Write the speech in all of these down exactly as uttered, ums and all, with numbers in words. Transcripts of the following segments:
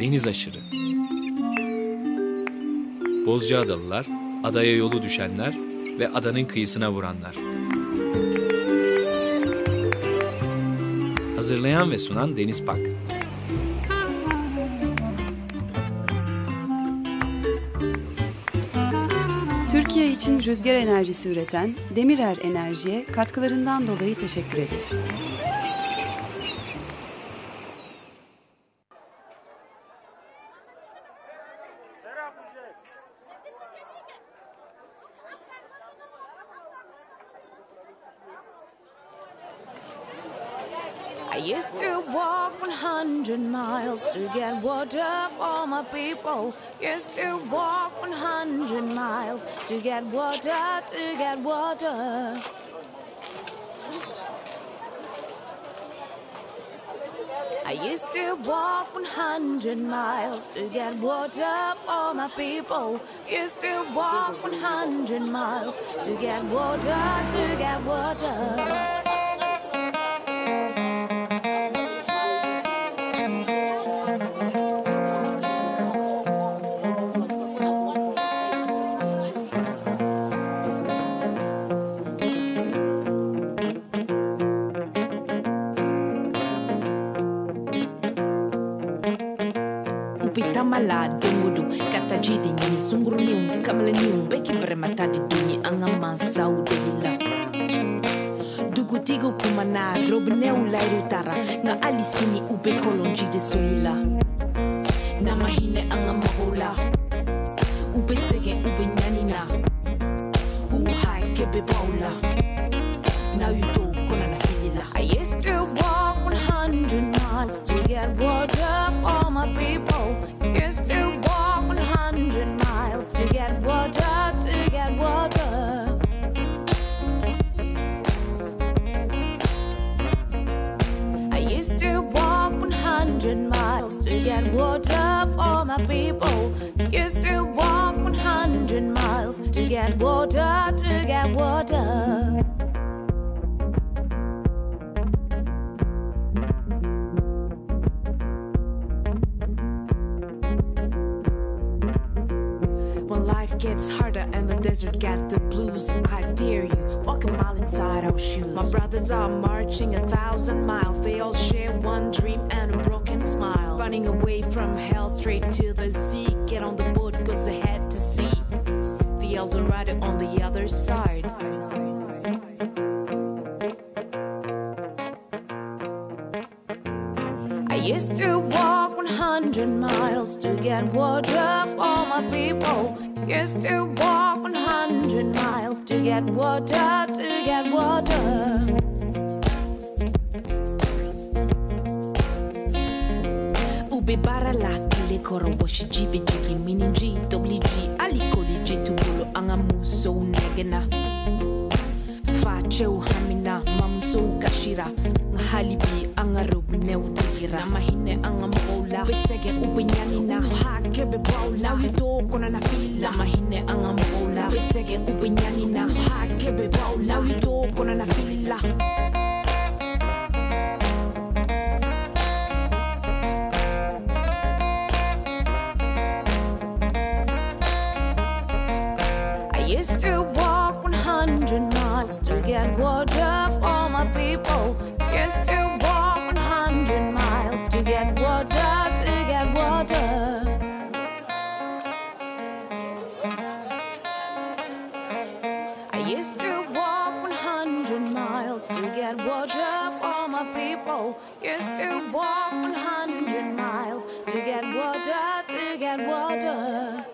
Deniz aşırı. Bozcaadalılar, adaya yolu düşenler ve adanın kıyısına vuranlar. Hazırlayan ve sunan Deniz Pak. Türkiye için rüzgar enerjisi üreten Demirer Enerji'ye katkılarından dolayı teşekkür ederiz. I used to walk one hundred miles to get water for my people. Used to walk one hundred miles to get water, to get water. I used to walk one hundred miles to get water for my people. Used to walk one hundred miles to get water, to get water. Mala dungudu kata jidi ni sunguru ni kamala ni beki premata di duni angama saudelila dugu tigo kumana robne ulai utara nga alisini ube kolonji de solila na mahine angama bola ube sege ube nyanina u hai kebe bola now you do kona na filila. I used to walk one hundred miles to get water for my people. Used to walk one hundred miles to get water, to get water. I used to walk one hundred miles to get water for my people. Used to walk one hundred miles to get water, to get water. Gets harder and the desert got the blues. I dare you, walk a mile inside our shoes. My brothers are marching a thousand miles. They all share one dream and a broken smile. Running away from hell straight to the sea. Get on the boat, cause they had to see the El Dorado on the other side. I used to walk one hundred miles to get water for my people. Used to walk one hundred miles to get water, to get water. Ube barala kile koro washi jibi jigi mininji dobliji alikoli jitubulu angamuso unegena fache uhamina mamuso ukashira ngahalibi angarub neudira na mahine angamola besege ubenyanina hakebe baula now you do kona na fila mahine angamola besege ubenyanina hakebe baula now you do kona na fila. I used to walk one hundred miles to get water for my people. Used to walk one hundred miles to get water, to get water. I used to walk one hundred miles to get water for my people. Used to walk one hundred miles to get water, to get water.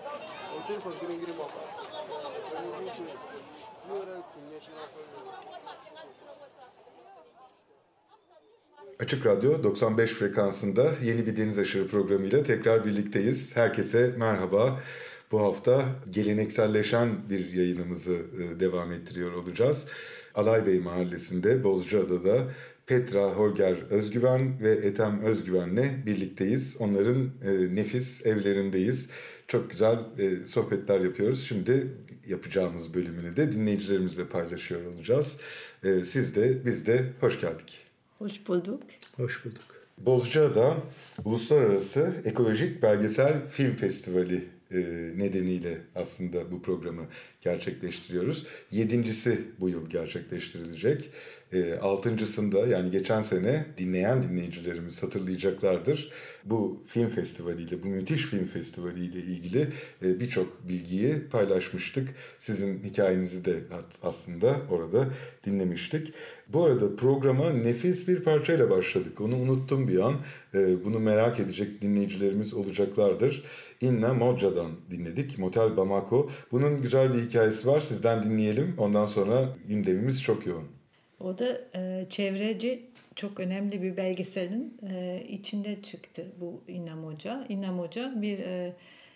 Açık Radyo doksan beş frekansında yeni bir Deniz Aşırı programıyla tekrar birlikteyiz. Herkese merhaba. Bu hafta gelenekselleşen bir yayınımızı devam ettiriyor olacağız. Alaybey Mahallesi'nde Bozcaada'da Petra Holger Özgüven ve Ethem Özgüven'le birlikteyiz. Onların nefis evlerindeyiz. Çok güzel sohbetler yapıyoruz. Şimdi yapacağımız bölümünü de dinleyicilerimizle paylaşıyor olacağız. Siz de biz de hoş geldik. Hoş bulduk. Hoş bulduk. Bozcaada Uluslararası Ekolojik Belgesel Film Festivali nedeniyle aslında bu programı gerçekleştiriyoruz. Yedincisi bu yıl gerçekleştirilecek. Altıncısında yani geçen sene dinleyen dinleyicilerimiz hatırlayacaklardır. Bu film festivaliyle, bu müthiş film festivaliyle ilgili birçok bilgiyi paylaşmıştık. Sizin hikayenizi de aslında orada dinlemiştik. Bu arada programa nefis bir parçayla başladık. Onu unuttum bir an. Bunu merak edecek dinleyicilerimiz olacaklardır. Inna Moja'dan dinledik. Motel Bamako. Bunun güzel bir hikayesi var. Sizden dinleyelim. Ondan sonra gündemimiz çok yoğun. O da e, çevreci çok önemli bir belgeselin e, içinde çıktı bu Inna Moja. Inna Moja bir e,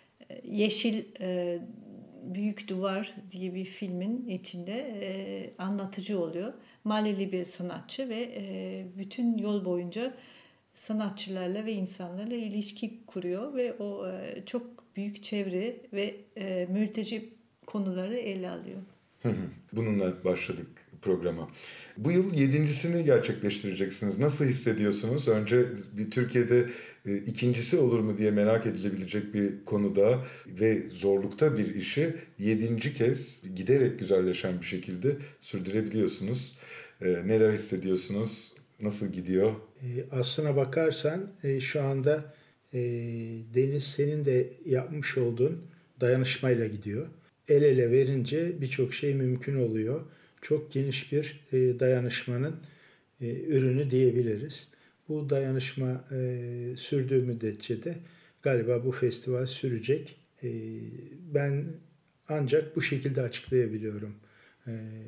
yeşil e, büyük duvar diye bir filmin içinde e, anlatıcı oluyor. Malili bir sanatçı ve e, bütün yol boyunca sanatçılarla ve insanlarla ilişki kuruyor ve o e, çok büyük çevre ve e, mülteci konuları ele alıyor. Bununla başladık programa. Bu yıl yedincisini gerçekleştireceksiniz. Nasıl hissediyorsunuz? Önce bir Türkiye'de e, ikincisi olur mu diye merak edilebilecek bir konuda ve zorlukta bir işi yedinci kez giderek güzelleşen bir şekilde sürdürebiliyorsunuz. E, neler hissediyorsunuz? Nasıl gidiyor? E, aslına bakarsan e, şu anda e, Deniz senin de yapmış olduğun dayanışmayla gidiyor. El ele verince birçok şey mümkün oluyor. Çok geniş bir e, dayanışmanın e, ürünü diyebiliriz. Bu dayanışma e, sürdüğü müddetçe de galiba bu festival sürecek. E, ben ancak bu şekilde açıklayabiliyorum e,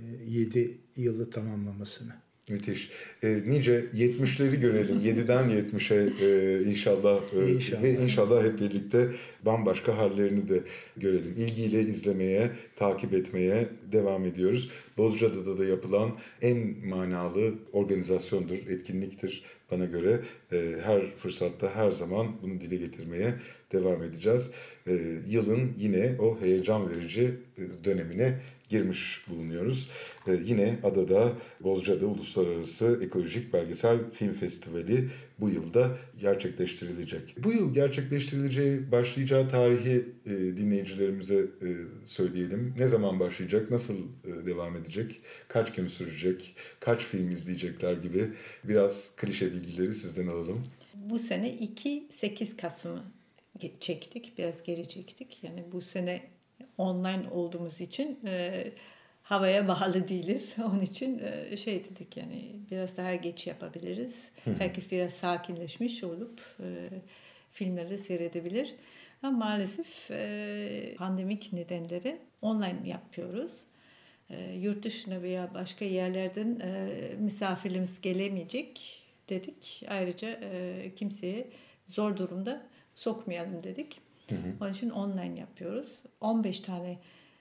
yedi yılı tamamlamasını. Müthiş. E, nice yetmişleri görelim. yediden yetmişe e, inşallah, e, İnşallah ve inşallah hep birlikte bambaşka hallerini de görelim. İlgiyle izlemeye, takip etmeye devam ediyoruz. Bozcaada'da da yapılan en manalı organizasyondur, etkinliktir bana göre. E, her fırsatta, her zaman bunu dile getirmeye devam edeceğiz. E, yılın yine o heyecan verici dönemine girmiş bulunuyoruz. Ee, yine adada Bozcaada Uluslararası Ekolojik Belgesel Film Festivali bu yılda gerçekleştirilecek. Bu yıl gerçekleştirileceği, başlayacağı tarihi e, dinleyicilerimize e, söyleyelim. Ne zaman başlayacak, nasıl e, devam edecek, kaç gün sürecek, kaç film izleyecekler gibi biraz klişe bilgileri sizden alalım. Bu sene iki sekiz Kasım'ı çektik, biraz geri çektik. Yani bu sene online olduğumuz için e, havaya bağlı değiliz. Onun için e, şey dedik yani biraz daha geç yapabiliriz. Herkes biraz sakinleşmiş olup e, filmleri seyredebilir. Ama maalesef e, pandemik nedenleri online yapıyoruz. E, yurt dışına veya başka yerlerden e, misafirimiz gelemeyecek dedik. Ayrıca e, kimseye zor durumda sokmayalım dedik. Hı hı. Onun için online yapıyoruz. on beş tane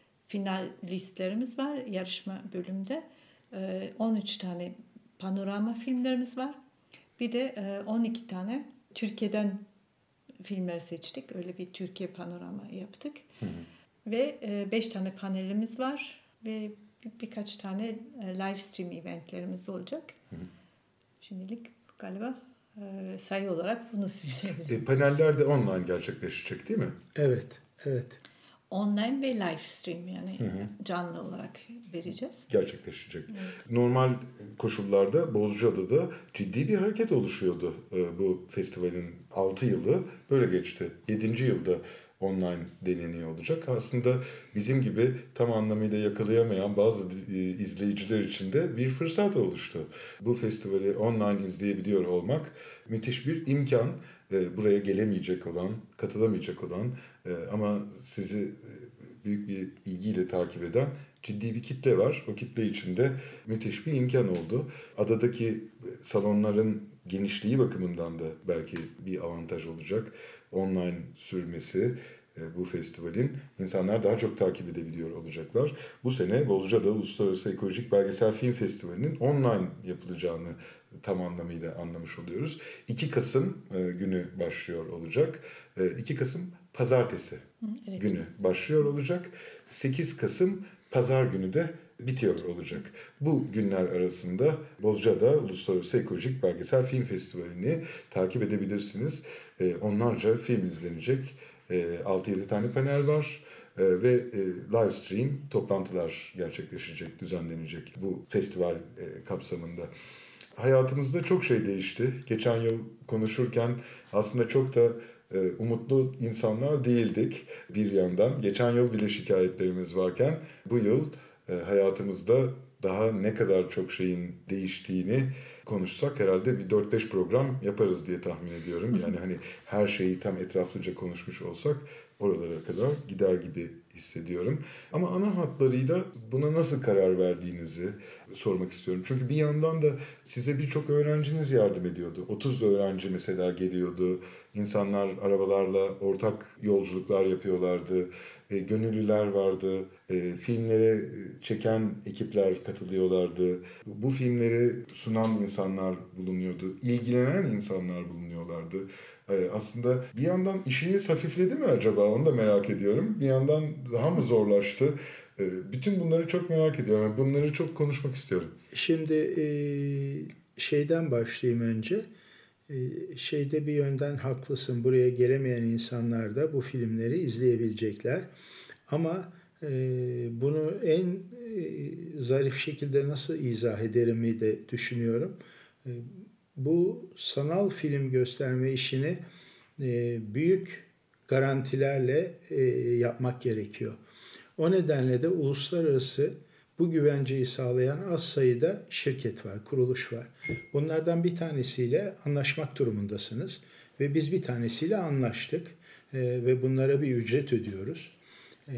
finalistlerimiz var yarışma bölümünde. on üç tane panorama filmlerimiz var. Bir de on iki tane Türkiye'den filmler seçtik. Öyle bir Türkiye panorama yaptık. Hı hı. Ve beş tane panelimiz var. Ve bir, birkaç tane live stream eventlerimiz olacak. Hı hı. Şimdilik galiba sayı olarak bunu söyleyebilirim. E, paneller de online gerçekleşecek değil mi? Evet, evet. Online ve live stream yani hı hı. canlı olarak vereceğiz. Gerçekleşecek. Evet. Normal koşullarda Bozcaada'da ciddi bir hareket oluşuyordu. Bu festivalin altı yılı böyle geçti. yedinci yılda online deneniyor olacak. Aslında bizim gibi tam anlamıyla yakalayamayan bazı izleyiciler için de bir fırsat oluştu. Bu festivali online izleyebiliyor olmak müthiş bir imkan. Buraya gelemeyecek olan, katılamayacak olan ama sizi büyük bir ilgiyle takip eden ciddi bir kitle var. O kitle içinde müthiş bir imkan oldu. Adadaki salonların genişliği bakımından da belki bir avantaj olacak. Online sürmesi bu festivalin insanlar daha çok takip edebiliyor olacaklar. Bu sene Bozcaada Uluslararası Ekolojik Belgesel Film Festivali'nin online yapılacağını tam anlamıyla anlamış oluyoruz. iki Kasım günü başlıyor olacak. iki Kasım Pazartesi evet. günü başlıyor olacak. sekiz Kasım Pazar günü de bitiyor olacak. Bu günler arasında Bozcaada Uluslararası Ekolojik Belgesel Film Festivali'ni takip edebilirsiniz. E, onlarca film izlenecek. E, altı yedi tane panel var. E, ve e, live stream toplantılar gerçekleşecek, düzenlenecek bu festival e, kapsamında. Hayatımızda çok şey değişti. Geçen yıl konuşurken aslında çok da e, umutlu insanlar değildik bir yandan. Geçen yıl bile şikayetlerimiz varken bu yıl e, hayatımızda daha ne kadar çok şeyin değiştiğini konuşsak herhalde bir dört beş program yaparız diye tahmin ediyorum. Yani hani her şeyi tam etraflıca konuşmuş olsak oralara kadar gider gibi hissediyorum. Ama ana hatlarıyla buna nasıl karar verdiğinizi sormak istiyorum. Çünkü bir yandan da size birçok öğrenciniz yardım ediyordu. otuz öğrenci mesela geliyordu. İnsanlar arabalarla ortak yolculuklar yapıyorlardı. E, gönüllüler vardı. E, filmlere çeken ekipler katılıyorlardı. Bu filmleri sunan insanlar bulunuyordu. İlgilenen insanlar bulunuyorlardı. E, aslında bir yandan işiniz hafifledi mi acaba? Onu da merak ediyorum. Bir yandan daha mı zorlaştı? E, bütün bunları çok merak ediyorum. Yani bunları çok konuşmak istiyorum. Şimdi e, şeyden başlayayım önce. Şeyde bir yönden haklısın. Buraya gelemeyen insanlar da bu filmleri izleyebilecekler. Ama e, bunu en e, zarif şekilde nasıl izah ederimi de düşünüyorum. E, bu sanal film gösterme işini e, büyük garantilerle e, yapmak gerekiyor. O nedenle de uluslararası bu güvenceyi sağlayan az sayıda şirket var, kuruluş var. Bunlardan bir tanesiyle anlaşmak durumundasınız. Ve biz bir tanesiyle anlaştık. E, ve bunlara bir ücret ödüyoruz. E,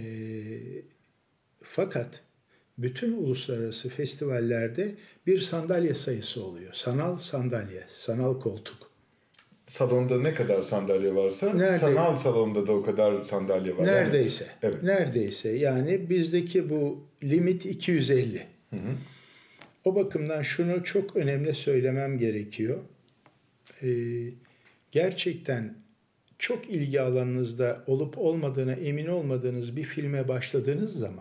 fakat bütün uluslararası festivallerde bir sandalye sayısı oluyor. Sanal sandalye, sanal koltuk. Salonda ne kadar sandalye varsa Nerede? sanal salonda da o kadar sandalye var. Neredeyse. Yani, evet. Neredeyse. Yani bizdeki bu limit iki yüz elli. Hı hı. O bakımdan şunu çok önemli söylemem gerekiyor. Ee, gerçekten çok ilgi alanınızda olup olmadığına emin olmadığınız bir filme başladığınız zaman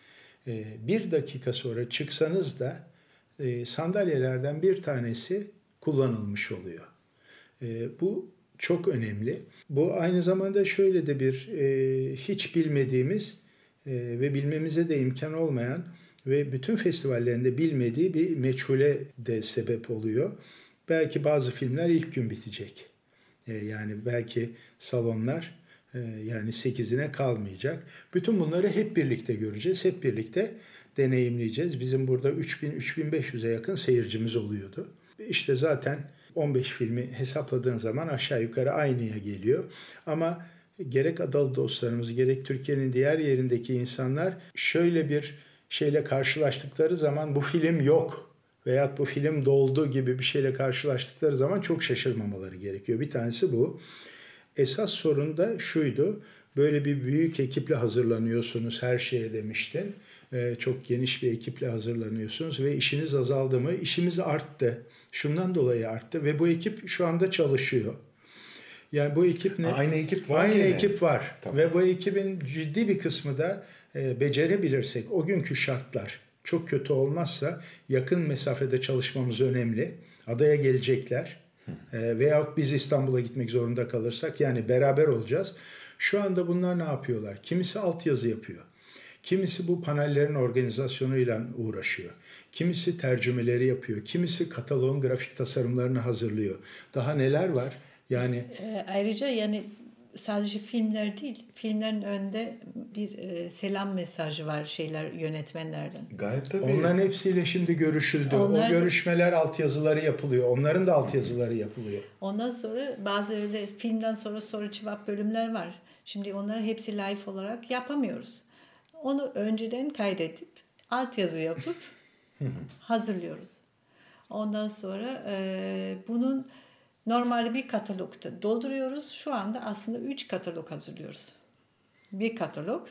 e, bir dakika sonra çıksanız da e, sandalyelerden bir tanesi kullanılmış oluyor. E, bu çok önemli. Bu aynı zamanda şöyle de bir e, hiç bilmediğimiz e, ve bilmemize de imkan olmayan ve bütün festivallerinde bilmediği bir meçhule de sebep oluyor. Belki bazı filmler ilk gün bitecek. E, yani belki salonlar e, yani sekizine kalmayacak. Bütün bunları hep birlikte göreceğiz. Hep birlikte deneyimleyeceğiz. Bizim burada üç bin üç bin beş yüze yakın seyircimiz oluyordu. İşte zaten on beş filmi hesapladığın zaman aşağı yukarı aynıya geliyor. Ama gerek adalı dostlarımız gerek Türkiye'nin diğer yerindeki insanlar şöyle bir şeyle karşılaştıkları zaman bu film yok veyahut bu film doldu gibi bir şeyle karşılaştıkları zaman çok şaşırmamaları gerekiyor. Bir tanesi bu. Esas sorun da şuydu. Böyle bir büyük ekiple hazırlanıyorsunuz her şeye demiştin. Ee, çok geniş bir ekiple hazırlanıyorsunuz ve işiniz azaldı mı? İşimiz arttı. Şundan dolayı arttı ve bu ekip şu anda çalışıyor. Yani bu ekip ne? Aynı ekip var. Aynı yine. ekip var. Tamam. Ve bu ekibin ciddi bir kısmı da e, becerebilirsek o günkü şartlar çok kötü olmazsa yakın mesafede çalışmamız önemli. Adaya gelecekler. E, veyahut biz İstanbul'a gitmek zorunda kalırsak yani beraber olacağız. Şu anda bunlar ne yapıyorlar? Kimisi altyazı yapıyor. Kimisi bu panellerin organizasyonuyla uğraşıyor. Kimisi tercümeleri yapıyor. Kimisi kataloğun grafik tasarımlarını hazırlıyor. Daha neler var? Yani e, ayrıca yani sadece filmler değil, filmlerin önünde bir e, selam mesajı var şeyler yönetmenlerden. Gayet tabii. Onların hepsiyle şimdi görüşüldü. Onlar, o görüşmeler altyazıları yapılıyor. Onların da altyazıları yapılıyor. Ondan sonra bazı öyle filmden sonra soru cevap bölümler var. Şimdi onları hepsi live olarak yapamıyoruz. Onu önceden kaydedip altyazı yapıp hazırlıyoruz. Ondan sonra e, bunun normalde bir katalogda dolduruyoruz. Şu anda aslında üç katalog hazırlıyoruz. Bir katalog,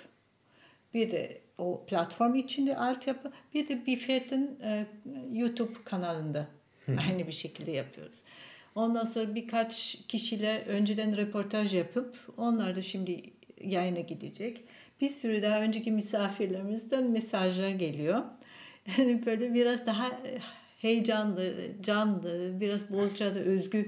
bir de o platform içinde altyapı, bir de Bifet'in e, YouTube kanalında aynı bir şekilde yapıyoruz. Ondan sonra birkaç kişiler önceden röportaj yapıp onlar da şimdi yayına gidecek. Bir sürü daha önceki misafirlerimizden mesajlar geliyor. Yani böyle biraz daha heyecanlı, canlı, biraz Bozcaada özgü,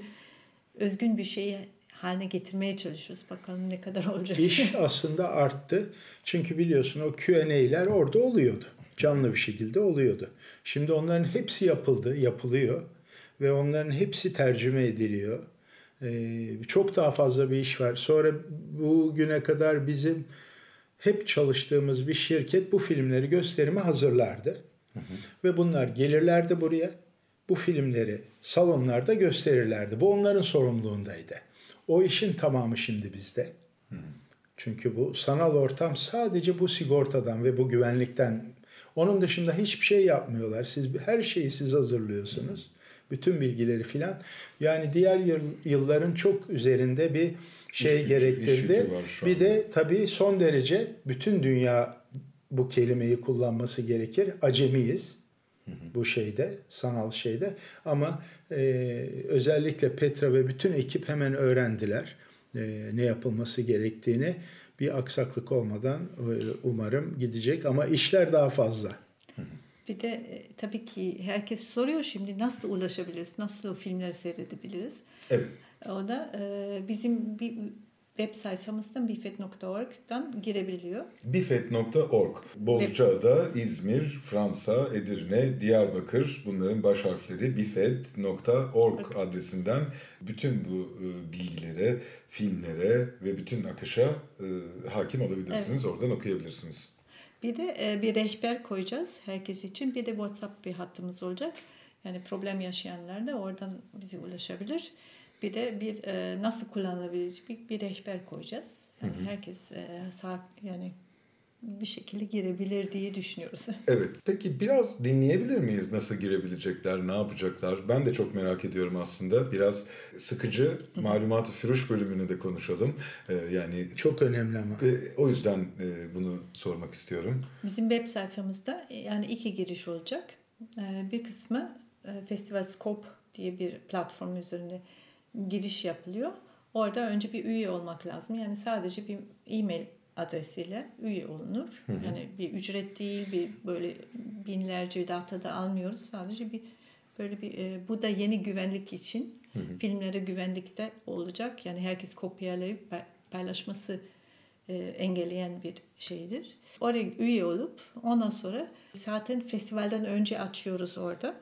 özgün bir şeyi haline getirmeye çalışıyoruz. Bakalım ne kadar olacak. İş aslında arttı. Çünkü biliyorsun o Q and A'ler orada oluyordu. Canlı bir şekilde oluyordu. Şimdi onların hepsi yapıldı, yapılıyor. Ve onların hepsi tercüme ediliyor. Ee, çok daha fazla bir iş var. Sonra bugüne kadar bizim hep çalıştığımız bir şirket bu filmleri gösterime hazırlardı. Hı hı. Ve bunlar gelirlerdi buraya. Bu filmleri salonlarda gösterirlerdi. Bu onların sorumluluğundaydı. O işin tamamı şimdi bizde. Hı hı. Çünkü bu sanal ortam sadece bu sigortadan ve bu güvenlikten. Onun dışında hiçbir şey yapmıyorlar. Siz her şeyi siz hazırlıyorsunuz. Hı hı. Bütün bilgileri filan. Yani diğer yılların çok üzerinde bir şey iş gerektirdi. Bir de tabii son derece bütün dünya bu kelimeyi kullanması gerekir. Acemiyiz hı hı. bu şeyde, sanal şeyde. Ama e, özellikle Petra ve bütün ekip hemen öğrendiler e, ne yapılması gerektiğini. Bir aksaklık olmadan e, umarım gidecek ama işler daha fazla. Hı hı. Bir de e, tabii ki herkes soruyor şimdi nasıl ulaşabiliriz, nasıl o filmleri seyredebiliriz? Evet. O da e, bizim bir web sayfamızdan bifet nokta org'dan girebiliyor. bifet nokta org. Bozcaada, İzmir, Fransa, Edirne, Diyarbakır bunların baş harfleri bifet nokta org adresinden bütün bu e, bilgilere, filmlere ve bütün akışa e, hakim olabilirsiniz. Evet. Oradan okuyabilirsiniz. Bir de e, bir rehber koyacağız herkes için. Bir de WhatsApp bir hattımız olacak. Yani problem yaşayanlar da oradan bize ulaşabilir. Bir de bir e, nasıl kullanılabilecek bir, bir rehber koyacağız. Yani hı hı. herkes e, sağ yani bir şekilde girebilir diye düşünüyoruz. Evet. Peki biraz dinleyebilir miyiz? Nasıl girebilecekler, ne yapacaklar? Ben de çok merak ediyorum aslında. Biraz sıkıcı malumat-ı füruş bölümünü de konuşalım. Ee, yani çok önemli ama. E, o yüzden e, bunu sormak istiyorum. Bizim web sayfamızda yani iki giriş olacak. Ee, bir kısmı e, Festival Scope diye bir platform üzerinde giriş yapılıyor. Orada önce bir üye olmak lazım. Yani sadece bir e-mail adresiyle üye olunur. Hı hı. Yani bir ücret değil, bir böyle binlerce data da almıyoruz. Sadece bir böyle bir e, bu da yeni güvenlik için hı hı. filmlere güvenlikte olacak. Yani herkes kopyalayıp paylaşması e, engelleyen bir şeydir. Oraya üye olup ondan sonra zaten festivalden önce açıyoruz orada.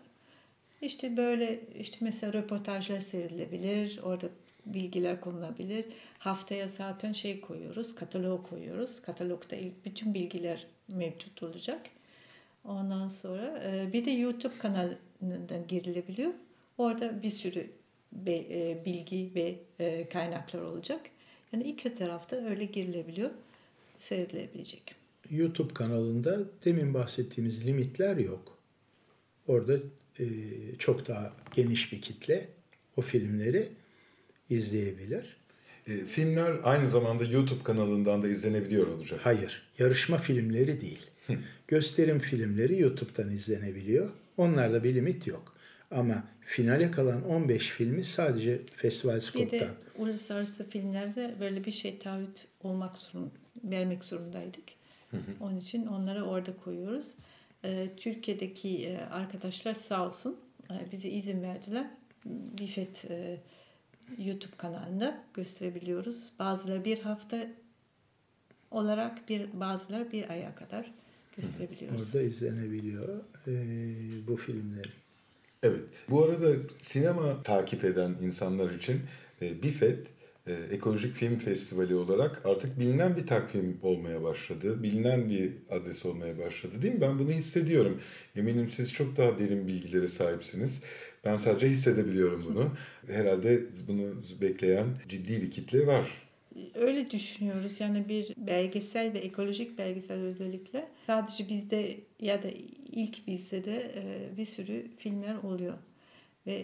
İşte böyle işte mesela röportajlar seyredilebilir. Orada bilgiler konulabilir. Haftaya zaten şey koyuyoruz, katalog koyuyoruz. Katalogda bütün bilgiler mevcut olacak. Ondan sonra bir de YouTube kanalından girilebiliyor. Orada bir sürü bilgi ve kaynaklar olacak. Yani iki tarafta öyle girilebiliyor, seyredilebilecek. YouTube kanalında demin bahsettiğimiz limitler yok. Orada çok daha geniş bir kitle o filmleri izleyebilir. E, filmler aynı zamanda YouTube kanalından da izlenebiliyor olacak. Hayır, yarışma filmleri değil. Gösterim filmleri YouTube'dan izlenebiliyor. Onlarda bir limit yok. Ama finale kalan on beş filmi sadece Festival Scope'tan. Bir de uluslararası filmlerde böyle bir şey taahhüt olmak zorunda, vermek zorundaydık. Hı hı. Onun için onları orada koyuyoruz. Ee, Türkiye'deki e, arkadaşlar sağ olsun e, bize izin verdiler. Bifet e, YouTube kanalında gösterebiliyoruz. Bazıları bir hafta olarak, bir bazıları bir aya kadar gösterebiliyoruz. Orada izlenebiliyor e, bu filmleri. Evet. Bu arada sinema takip eden insanlar için e, Bifet e, Ekolojik Film Festivali olarak artık bilinen bir takvim olmaya başladı. Bilinen bir adres olmaya başladı değil mi? Ben bunu hissediyorum. Eminim siz çok daha derin bilgilere sahipsiniz. Ben sadece hissedebiliyorum bunu. Herhalde bunu bekleyen ciddi bir kitle var. Öyle düşünüyoruz. Yani bir belgesel ve ekolojik belgesel özellikle sadece bizde ya da ilk bizde de bir sürü filmler oluyor. Ve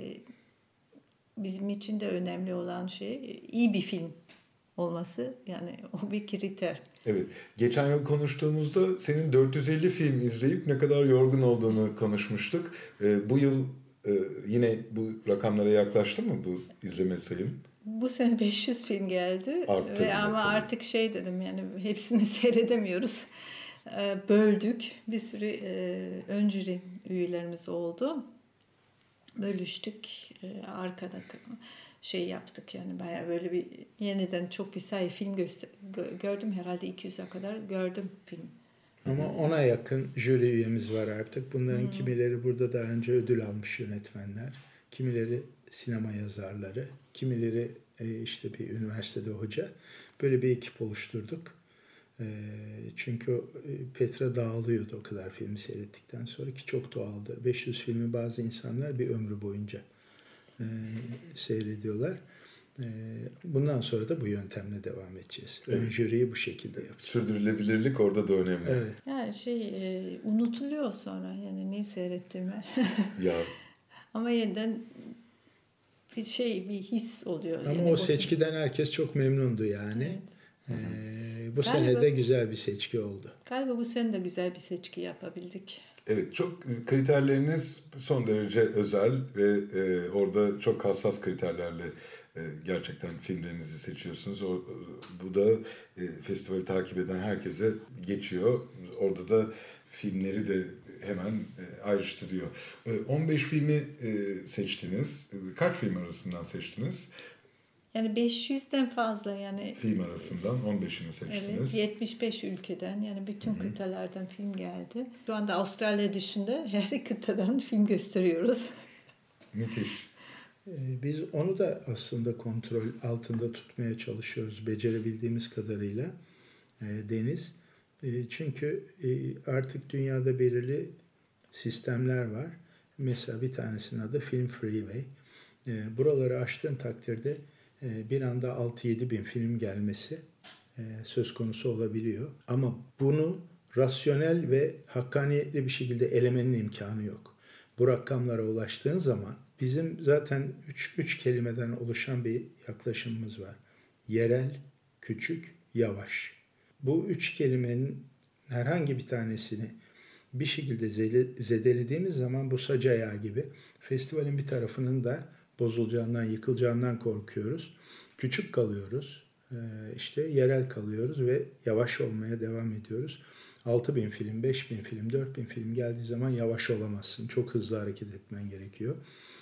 bizim için de önemli olan şey iyi bir film olması. Yani o bir kriter. Evet. Geçen yıl konuştuğumuzda senin dört yüz elli film izleyip ne kadar yorgun olduğunu konuşmuştuk. Bu yıl yine bu rakamlara yaklaştı mı bu izleme sayın? Bu sene beş yüz film geldi. Arttı ve ama tabii. Artık şey dedim yani hepsini seyredemiyoruz. e, böldük. Bir sürü e, ön jüri üyelerimiz oldu. Bölüştük. E, arkada şey yaptık yani bayağı böyle bir yeniden çok bir sayı film göster- gördüm. Herhalde iki yüze kadar gördüm film. Ama ona yakın jüri üyemiz var artık. Bunların hmm. kimileri burada daha önce ödül almış yönetmenler. Kimileri sinema yazarları. Kimileri e, işte bir üniversitede hoca. Böyle bir ekip oluşturduk. E, çünkü e, Petra dağılıyordu o kadar filmi seyrettikten sonra ki çok doğaldır. beş yüz filmi bazı insanlar bir ömrü boyunca e, seyrediyorlar. Bundan sonra da bu yöntemle devam edeceğiz. Evet. Ön jüriyi bu şekilde yapacağız. Sürdürülebilirlik orada da önemli. Evet. Yani şey e, unutuluyor sonra yani ne seyrettiğimi. Ya. Ama yeniden bir şey bir his oluyor. Ama yani o seçkiden herkes çok memnundu yani. Evet. Ee, bu galiba, sene de güzel bir seçki oldu. Galiba bu sene de güzel bir seçki yapabildik. Evet, çok kriterleriniz son derece özel ve e, orada çok hassas kriterlerle e, gerçekten filmlerinizi seçiyorsunuz. O, bu da e, festivali takip eden herkese geçiyor. Orada da filmleri de hemen e, ayrıştırıyor. E, on beş filmi e, seçtiniz. Kaç film arasından seçtiniz? Yani beş yüzden fazla yani. Film arasından on beşini seçtiniz. Evet, yetmiş beş ülkeden yani bütün Hı-hı. kıtalardan film geldi. Şu anda Avustralya dışında her kıtadan film gösteriyoruz. Müthiş. Biz onu da aslında kontrol altında tutmaya çalışıyoruz becerebildiğimiz kadarıyla Deniz. Çünkü artık dünyada belirli sistemler var. Mesela bir tanesinin adı Film Freeway. Buraları aştığın takdirde bir anda altı yedi bin film gelmesi söz konusu olabiliyor. Ama bunu rasyonel ve hakkaniyetli bir şekilde elemenin imkanı yok. Bu rakamlara ulaştığın zaman bizim zaten üç, üç kelimeden oluşan bir yaklaşımımız var. Yerel, küçük, yavaş. Bu üç kelimenin herhangi bir tanesini bir şekilde zedelediğimiz zaman bu sac ayağı gibi festivalin bir tarafının da bozulacağından, yıkılacağından korkuyoruz. Küçük kalıyoruz, işte yerel kalıyoruz ve yavaş olmaya devam ediyoruz. altı bin film, beş bin film, dört bin film geldiği zaman yavaş olamazsın. Çok hızlı hareket etmen gerekiyor.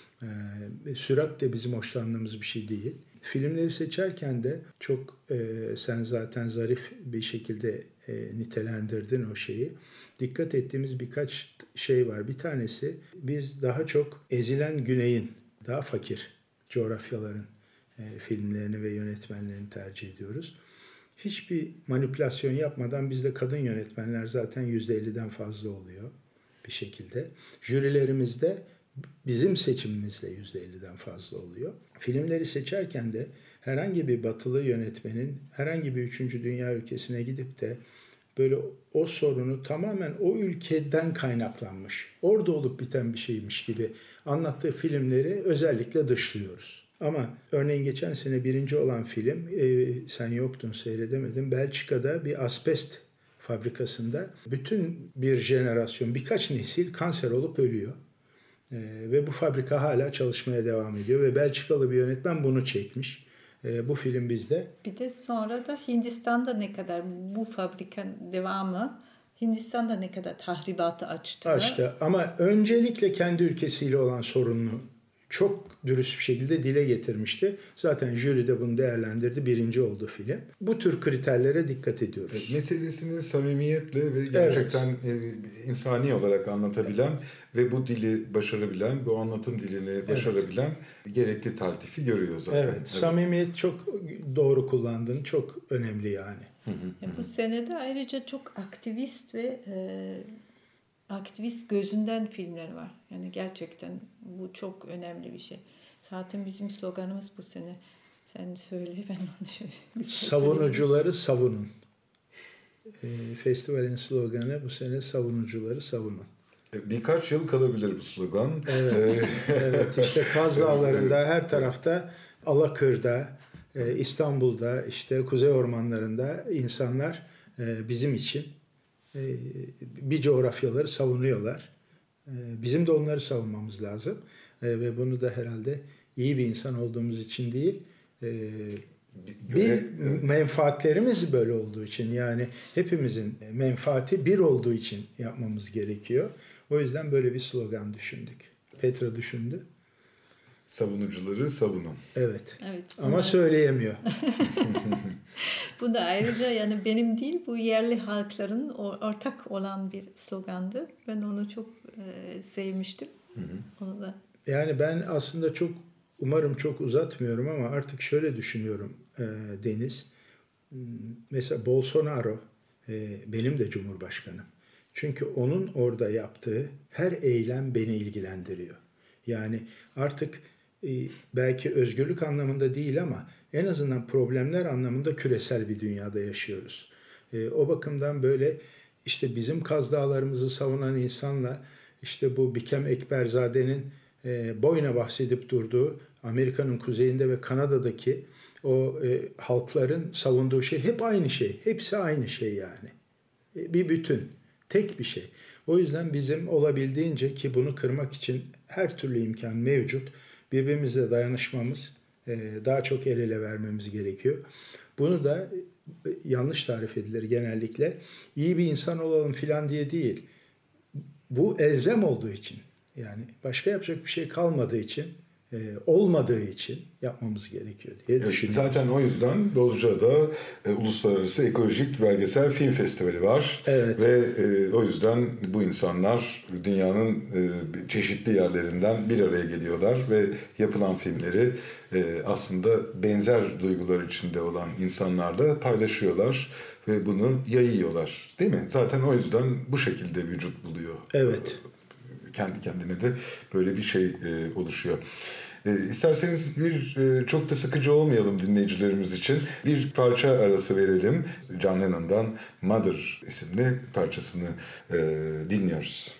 Sürat de bizim hoşlandığımız bir şey değil. Filmleri seçerken de çok e, sen zaten zarif bir şekilde e, nitelendirdin o şeyi. Dikkat ettiğimiz birkaç şey var. Bir tanesi biz daha çok ezilen güneyin, daha fakir coğrafyaların e, filmlerini ve yönetmenlerini tercih ediyoruz. Hiçbir manipülasyon yapmadan bizde kadın yönetmenler zaten yüzde elliden fazla oluyor bir şekilde. Jürilerimizde bizim seçimimizle yüzde elliden fazla oluyor. Filmleri seçerken de herhangi bir batılı yönetmenin herhangi bir üçüncü dünya ülkesine gidip de böyle o sorunu tamamen o ülkeden kaynaklanmış, orada olup biten bir şeymiş gibi anlattığı filmleri özellikle dışlıyoruz. Ama örneğin geçen sene birinci olan film, e, sen yoktun seyredemedin, Belçika'da bir asbest fabrikasında bütün bir jenerasyon, birkaç nesil kanser olup ölüyor. Ee, ve bu fabrika hala çalışmaya devam ediyor ve Belçikalı bir yönetmen bunu çekmiş. Ee, bu film bizde. Bir de sonra da Hindistan'da ne kadar bu fabrikanın devamı Hindistan'da ne kadar tahribatı açtı. Açtı ama öncelikle kendi ülkesiyle olan sorununu çok dürüst bir şekilde dile getirmişti. Zaten jüri de bunu değerlendirdi. Birinci oldu film. Bu tür kriterlere dikkat ediyoruz. Evet, meselesini samimiyetle ve gerçekten evet. insani olarak anlatabilen ve bu dili başarabilen, bu anlatım dilini başarabilen evet. gerekli taltifi görüyor zaten. Evet, evet. Samimiyet çok doğru kullandın. Çok önemli yani. Hı hı, hı. Bu senede ayrıca çok aktivist ve e, aktivist gözünden filmler var. Yani gerçekten bu çok önemli bir şey. Zaten bizim sloganımız bu sene. Sen söyle, ben onu söyleyeyim. Savunucuları savunun. E, festivalin sloganı bu sene savunucuları savunun. Birkaç yıl kalabilir bu slogan. Evet, evet işte Kaz Dağları'nda, her tarafta, Alakır'da, İstanbul'da, işte Kuzey Ormanları'nda insanlar bizim için bir coğrafyaları savunuyorlar. Bizim de onları savunmamız lazım. Ve bunu da herhalde iyi bir insan olduğumuz için değil, Bir menfaatlerimiz böyle olduğu için, yani hepimizin menfaati bir olduğu için yapmamız gerekiyor. O yüzden böyle bir slogan düşündük. Petra düşündü. Savunucuları savunun. Evet. Evet. Ama Buna, söyleyemiyor. bu da ayrıca yani benim değil, bu yerli halkların ortak olan bir slogandı. Ben onu çok e, sevmiştim. Hı hı. Onu da. Yani ben aslında çok, umarım çok uzatmıyorum ama artık şöyle düşünüyorum e, Deniz. Mesela Bolsonaro e, benim de Cumhurbaşkanım. Çünkü onun orada yaptığı her eylem beni ilgilendiriyor. Yani artık e, belki özgürlük anlamında değil ama en azından problemler anlamında küresel bir dünyada yaşıyoruz. E, o bakımdan böyle işte bizim Kaz Dağlarımızı savunan insanla işte bu Bikem Ekberzade'nin e, boyuna bahsedip durduğu Amerika'nın kuzeyinde ve Kanada'daki o e, halkların savunduğu şey hep aynı şey. Hepsi aynı şey yani. E, bir bütün. Tek bir şey. O yüzden bizim olabildiğince, ki bunu kırmak için her türlü imkan mevcut, birbirimizle dayanışmamız, daha çok el ele vermemiz gerekiyor. Bunu da yanlış tarif edilir genellikle. İyi bir insan olalım filan diye değil. Bu elzem olduğu için, yani başka yapacak bir şey kalmadığı için, olmadığı için yapmamız gerekiyor diye evet, düşünüyorum. Zaten o yüzden Bozcaada'da e, Uluslararası Ekolojik Belgesel Film Festivali var. Evet. Ve e, o yüzden bu insanlar dünyanın e, çeşitli yerlerinden bir araya geliyorlar ve yapılan filmleri e, aslında benzer duygular içinde olan insanlarla paylaşıyorlar ve bunu yayıyorlar. Değil mi? Zaten o yüzden bu şekilde vücut buluyor. Evet. Kendi kendine de böyle bir şey e, oluşuyor. E, isterseniz bir e, çok da sıkıcı olmayalım dinleyicilerimiz için. Bir parça arası verelim. John Lennon'dan Mother isimli parçasını e, dinliyoruz.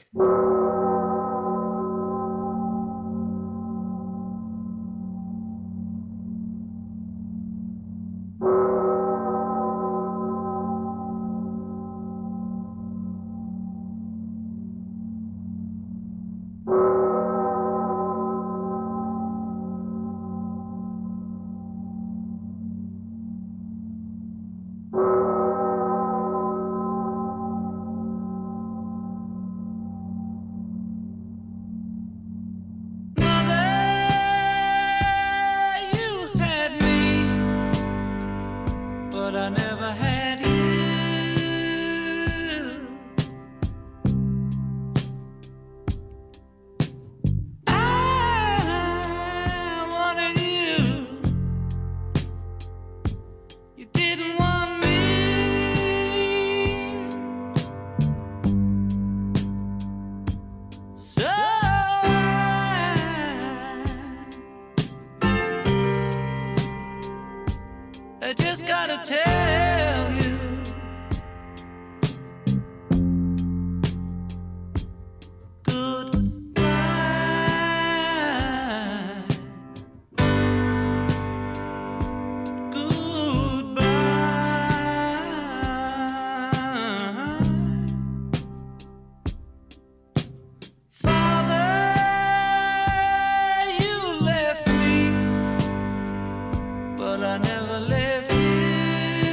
But I never left you.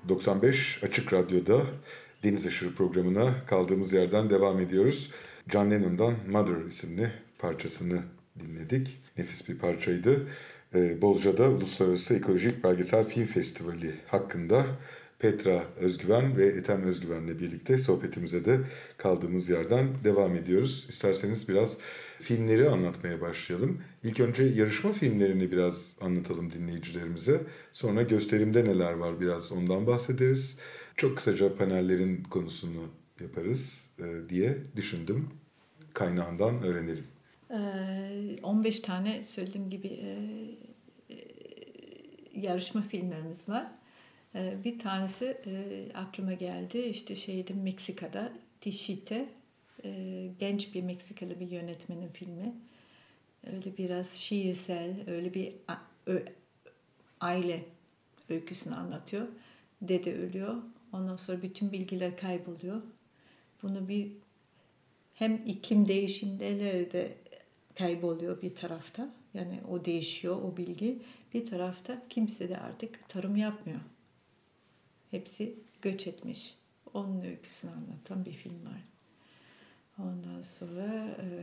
doksan beş Açık Radyo'da Deniz Aşırı programına kaldığımız yerden devam ediyoruz. John Lennon'dan Mother isimli parçasını dinledik. Nefis bir parçaydı. Bozca'da Uluslararası Ekolojik Belgesel Film Festivali hakkında Petra Özgüven ve Ethem Özgüven'le birlikte sohbetimize de kaldığımız yerden devam ediyoruz. İsterseniz biraz filmleri anlatmaya başlayalım. İlk önce yarışma filmlerini biraz anlatalım dinleyicilerimize. Sonra gösterimde neler var biraz ondan bahsederiz. Çok kısaca panellerin konusunu yaparız diye düşündüm. Kaynağından öğrenelim. on beş tane söylediğim gibi yarışma filmlerimiz var. Bir tanesi aklıma geldi. İşte şeydi Meksika'da Tişite, genç bir Meksikalı bir yönetmenin filmi. Öyle biraz şiirsel, öyle bir aile öyküsünü anlatıyor. Dede ölüyor. Ondan sonra bütün bilgiler kayboluyor. Bunu bir hem iklim değişimleri de kayboluyor bir tarafta. Yani o değişiyor, o bilgi. Bir tarafta kimse de artık tarım yapmıyor. Hepsi göç etmiş. Onun öyküsünü anlatan bir film var. Ondan sonra... E...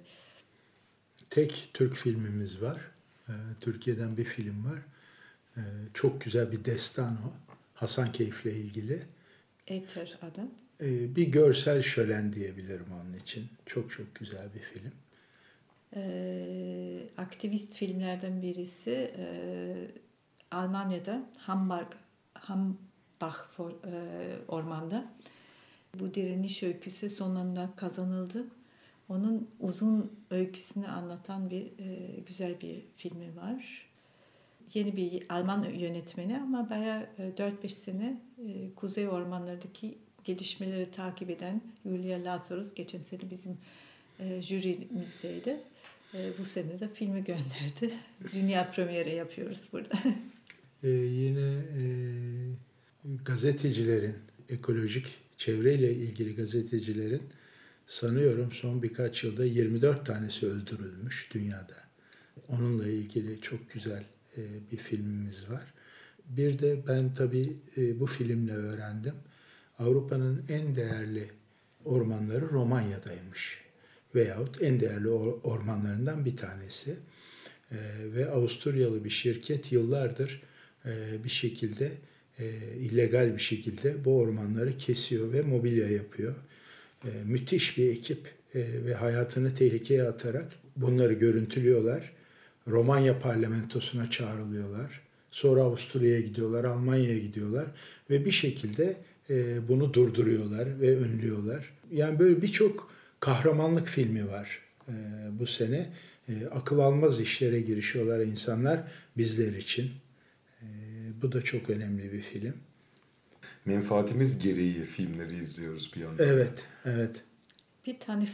Tek Türk filmimiz var. E, Türkiye'den bir film var. E, çok güzel bir destan o. Hasankeyf'le ilgili. Eter adı. E, bir görsel şölen diyebilirim onun için. Çok çok güzel bir film. E, aktivist filmlerden birisi e, Almanya'da Hamburg, Hambach for, e, ormanda. Bu direniş öyküsü sonunda kazanıldı. Onun uzun öyküsünü anlatan bir e, güzel bir filmi var. Yeni bir Alman yönetmeni ama bayağı e, dört beş sene e, Kuzey Ormanları'ndaki gelişmeleri takip eden Julia Lazarus geçen sene bizim e, jürimizdeydi. E, bu sene de filmi gönderdi. Dünya premieri yapıyoruz burada. Ee, yine e, gazetecilerin, ekolojik çevreyle ilgili gazetecilerin sanıyorum son birkaç yılda yirmi dört tanesi öldürülmüş dünyada. Onunla ilgili çok güzel e, bir filmimiz var. Bir de ben tabii e, bu filmle öğrendim. Avrupa'nın en değerli ormanları Romanya'daymış. Veyahut en değerli ormanlarından bir tanesi. E, ve Avusturyalı bir şirket yıllardır e, bir şekilde, e, illegal bir şekilde bu ormanları kesiyor ve mobilya yapıyor. E, müthiş bir ekip e, ve hayatını tehlikeye atarak bunları görüntülüyorlar. Romanya parlamentosuna çağrılıyorlar. Sonra Avusturya'ya gidiyorlar, Almanya'ya gidiyorlar ve bir şekilde e, bunu durduruyorlar ve önlüyorlar. Yani böyle birçok kahramanlık filmi var e, bu sene. E, akıl almaz işlere girişiyorlar insanlar bizler için. E, bu da çok önemli bir film. Menfaatimiz gereği filmleri izliyoruz bir yandan. Evet, evet. Bir tane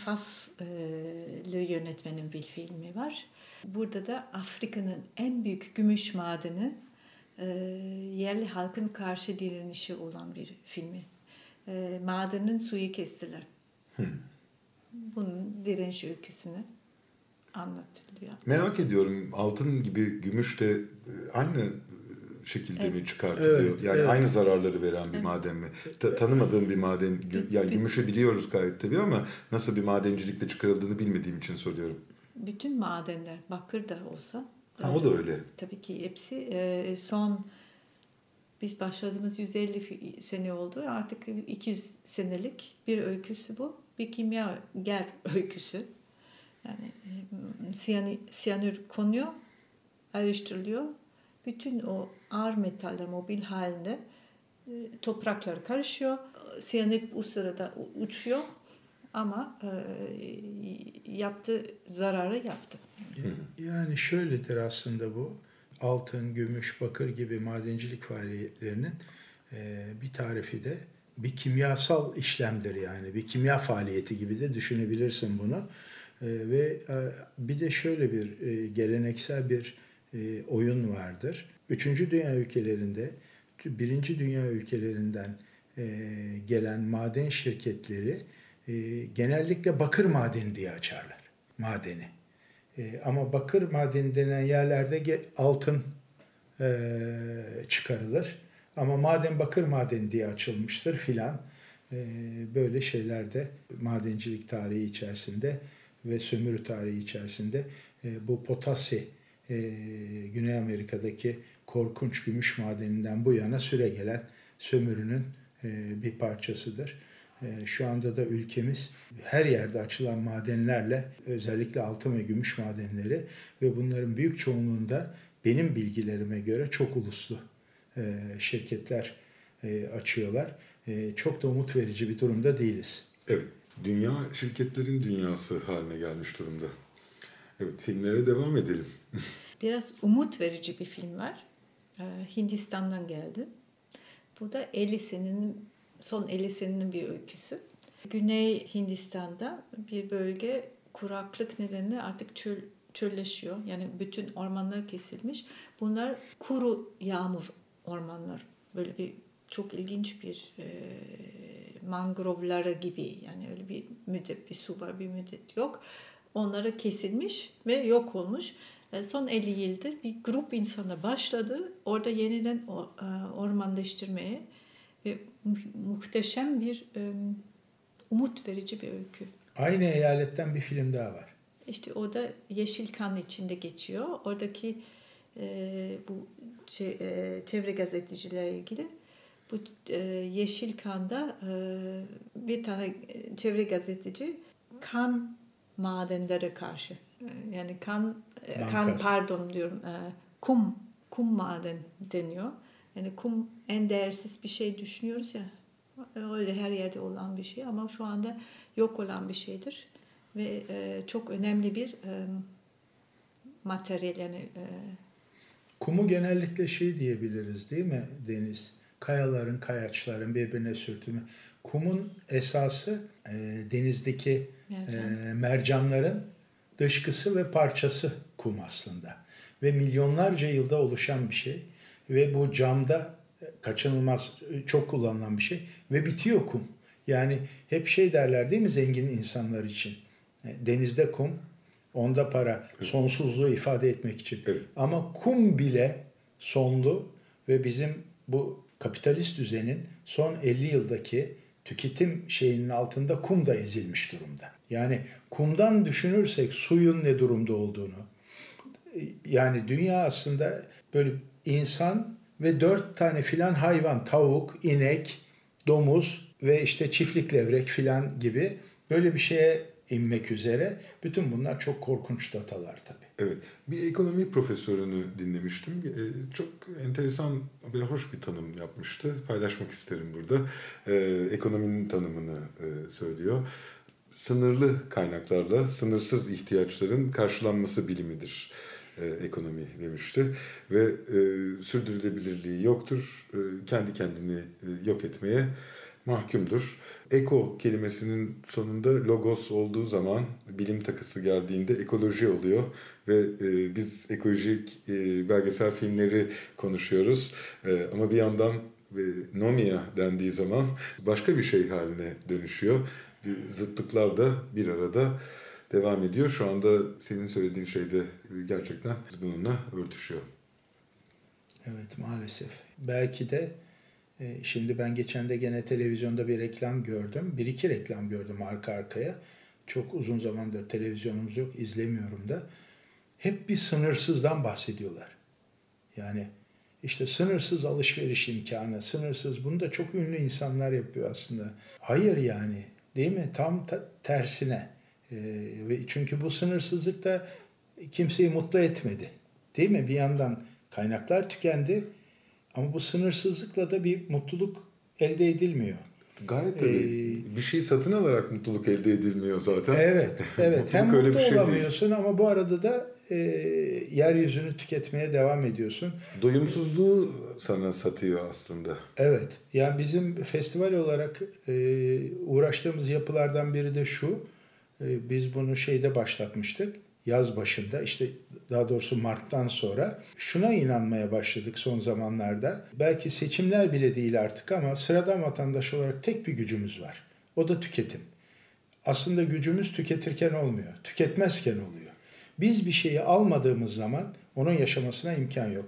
Faslı yönetmenin bir filmi var. Burada da Afrika'nın en büyük gümüş madeni e, yerli halkın karşı direnişi olan bir filmi. E, madenin suyu kestiler. Hmm. Bunun direniş öyküsünü anlatılıyor. Merak ediyorum, altın gibi gümüş de aynı şekilde evet. mi çıkartılıyor? Evet, yani evet. aynı zararları veren bir evet. maden mi? Ta- tanımadığım bir maden, gü- yani gümüşü biliyoruz gayet tabii ama nasıl bir madencilikle çıkarıldığını bilmediğim için soruyorum. Bütün madenler, bakır da olsa. Ha, o da öyle. Tabii ki hepsi e, son, biz başladığımız yüz elli sene oldu. Artık iki yüz senelik bir öyküsü bu. Bir kimyager öyküsü. Yani e, siyanür, siyanür konuyor, ayrıştırılıyor. Bütün o ağır metaller mobil halinde e, topraklar karışıyor. Siyanür bu sırada uçuyor ama e, yaptığı zararı yaptı. Yani şöyledir aslında bu. Altın, gümüş, bakır gibi madencilik faaliyetlerinin e, bir tarifi de bir kimyasal işlemdir yani. Bir kimya faaliyeti gibi de düşünebilirsin bunu. E, ve e, bir de şöyle bir e, geleneksel bir e, oyun vardır. Üçüncü dünya ülkelerinde, birinci dünya ülkelerinden e, gelen maden şirketleri e, genellikle bakır madeni diye açarlar madeni. E, ama bakır madeni denen yerlerde altın e, çıkarılır. Ama maden bakır madeni diye açılmıştır filan. E, böyle şeyler de madencilik tarihi içerisinde ve sömürü tarihi içerisinde e, bu Potassi e, Güney Amerika'daki korkunç gümüş madeninden bu yana süregelen sömürünün e, bir parçasıdır. E, şu anda da ülkemiz her yerde açılan madenlerle, özellikle altın ve gümüş madenleri ve bunların büyük çoğunluğunda benim bilgilerime göre çok uluslu e, şirketler e, açıyorlar. E, çok da umut verici bir durumda değiliz. Evet, dünya şirketlerin dünyası haline gelmiş durumda. Evet, filmlere devam edelim. Biraz umut verici bir film var. Ee, Hindistan'dan geldi. Bu da elli senenin, son elli senenin bir öyküsü. Güney Hindistan'da bir bölge kuraklık nedeniyle artık çöl, çölleşiyor. Yani bütün ormanlar kesilmiş. Bunlar kuru yağmur ormanlar. Böyle bir çok ilginç bir e, mangrovları gibi. Yani öyle bir müddet bir su var, bir müddet yok. Onlara kesilmiş ve yok olmuş. Son elli yıldır bir grup insana başladı. Orada yeniden ormanlaştırmaya ve muhteşem bir umut verici bir öykü. Aynı eyaletten bir film daha var. İşte o da Yeşilkan içinde geçiyor. Oradaki bu çevre gazetecilerle ilgili. Bu Yeşilkan'da bir tane çevre gazeteci kan madenlere karşı, yani kan Bankası. kan pardon diyorum kum kum maden deniyor. Yani kum en değersiz bir şey düşünüyoruz ya, öyle her yerde olan bir şey ama şu anda yok olan bir şeydir ve çok önemli bir materyal. Yani kumu genellikle şey diyebiliriz değil mi Deniz? Kayaların, kayaçların birbirine sürtünme. Kumun esası e, denizdeki Mercan. e, mercanların dışkısı ve parçası kum aslında. Ve milyonlarca yılda oluşan bir şey. Ve bu camda kaçınılmaz, çok kullanılan bir şey. Ve bitiyor kum. Yani hep şey derler değil mi zengin insanlar için? Denizde kum, onda para, sonsuzluğu ifade etmek için. Evet. Ama kum bile sonlu ve bizim bu kapitalist düzenin son elli yıldaki tüketim şeyinin altında kum da ezilmiş durumda. Yani kumdan düşünürsek suyun ne durumda olduğunu, yani dünya aslında böyle insan ve dört tane filan hayvan, tavuk, inek, domuz ve işte çiftlik levrek filan gibi böyle bir şeye inmek üzere. Bütün bunlar çok korkunç datalar tabii. Evet. Bir ekonomi profesörünü dinlemiştim. Ee, çok enteresan, bir hoş bir tanım yapmıştı. Paylaşmak isterim burada. Ee, ekonominin tanımını e, söylüyor. Sınırlı kaynaklarla sınırsız ihtiyaçların karşılanması bilimidir e, ekonomi demişti. Ve e, sürdürülebilirliği yoktur. E, kendi kendini e, yok etmeye mahkumdur. Eko kelimesinin sonunda logos olduğu zaman bilim takısı geldiğinde ekoloji oluyor ve e, biz ekolojik e, belgesel filmleri konuşuyoruz e, ama bir yandan e, nomia dendiği zaman başka bir şey haline dönüşüyor. Zıtlıklar da bir arada devam ediyor. Şu anda senin söylediğin şey de gerçekten bununla örtüşüyor. Evet, maalesef. Belki de şimdi ben geçen de gene televizyonda bir reklam gördüm. Bir iki reklam gördüm arka arkaya. Çok uzun zamandır televizyonumuz yok, izlemiyorum da. Hep bir sınırsızdan bahsediyorlar. Yani işte sınırsız alışveriş imkanı, sınırsız, bunu da çok ünlü insanlar yapıyor aslında. Hayır yani, değil mi? Tam ta- tersine. Ee, ve çünkü bu sınırsızlık da kimseyi mutlu etmedi. Değil mi? Bir yandan kaynaklar tükendi. Ama bu sınırsızlıkla da bir mutluluk elde edilmiyor. Gayet tabii. Ee, bir şey satın alarak mutluluk elde edilmiyor zaten. Evet, evet. Hem mutlu şey olamıyorsun değil. Ama bu arada da e, yeryüzünü tüketmeye devam ediyorsun. Doyumsuzluğu sana satıyor aslında. Evet. Yani bizim festival olarak e, uğraştığımız yapılardan biri de şu. E, biz bunu şeyde başlatmıştık. Yaz başında, işte daha doğrusu Mart'tan sonra şuna inanmaya başladık son zamanlarda. Belki seçimler bile değil artık ama sıradan vatandaş olarak tek bir gücümüz var. O da tüketim. Aslında gücümüz tüketirken olmuyor, tüketmezken oluyor. Biz bir şeyi almadığımız zaman onun yaşamasına imkan yok.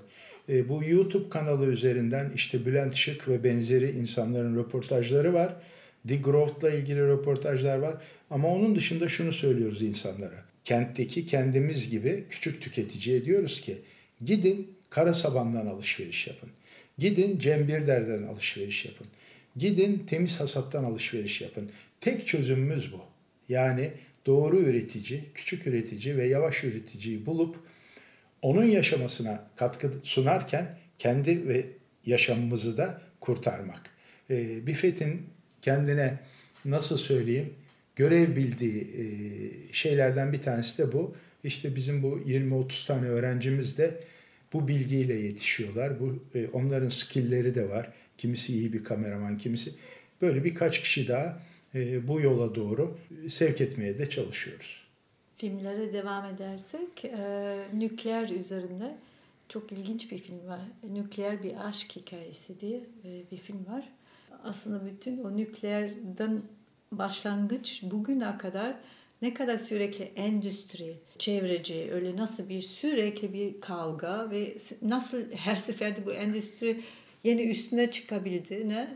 E, bu YouTube kanalı üzerinden işte Bülent Şık ve benzeri insanların röportajları var. Degrowth'la ilgili röportajlar var. Ama onun dışında şunu söylüyoruz insanlara. Kentteki kendimiz gibi küçük tüketiciye diyoruz ki gidin Karasaban'dan alışveriş yapın. Gidin Cem Birder'den alışveriş yapın. Gidin Temiz Hasat'tan alışveriş yapın. Tek çözümümüz bu. Yani doğru üretici, küçük üretici ve yavaş üreticiyi bulup onun yaşamasına katkı sunarken kendi ve yaşamımızı da kurtarmak. E, Buffett'in kendine nasıl söyleyeyim görev bildiği e, şeylerden bir tanesi de bu. İşte bizim bu yirmi otuz tane öğrencimiz de bu bilgiyle yetişiyorlar. Bu e, onların skill'leri de var. Kimisi iyi bir kameraman, kimisi böyle birkaç kişi daha e, bu yola doğru sevk etmeye de çalışıyoruz. Filmlere devam edersek, e, nükleer üzerinde çok ilginç bir film var. Nükleer bir aşk hikayesi diye e, bir film var. Aslında bütün o nükleerden başlangıç bugüne kadar ne kadar sürekli endüstri, çevreci, öyle nasıl bir sürekli bir kavga ve nasıl her seferde bu endüstri yeni üstüne çıkabildiğine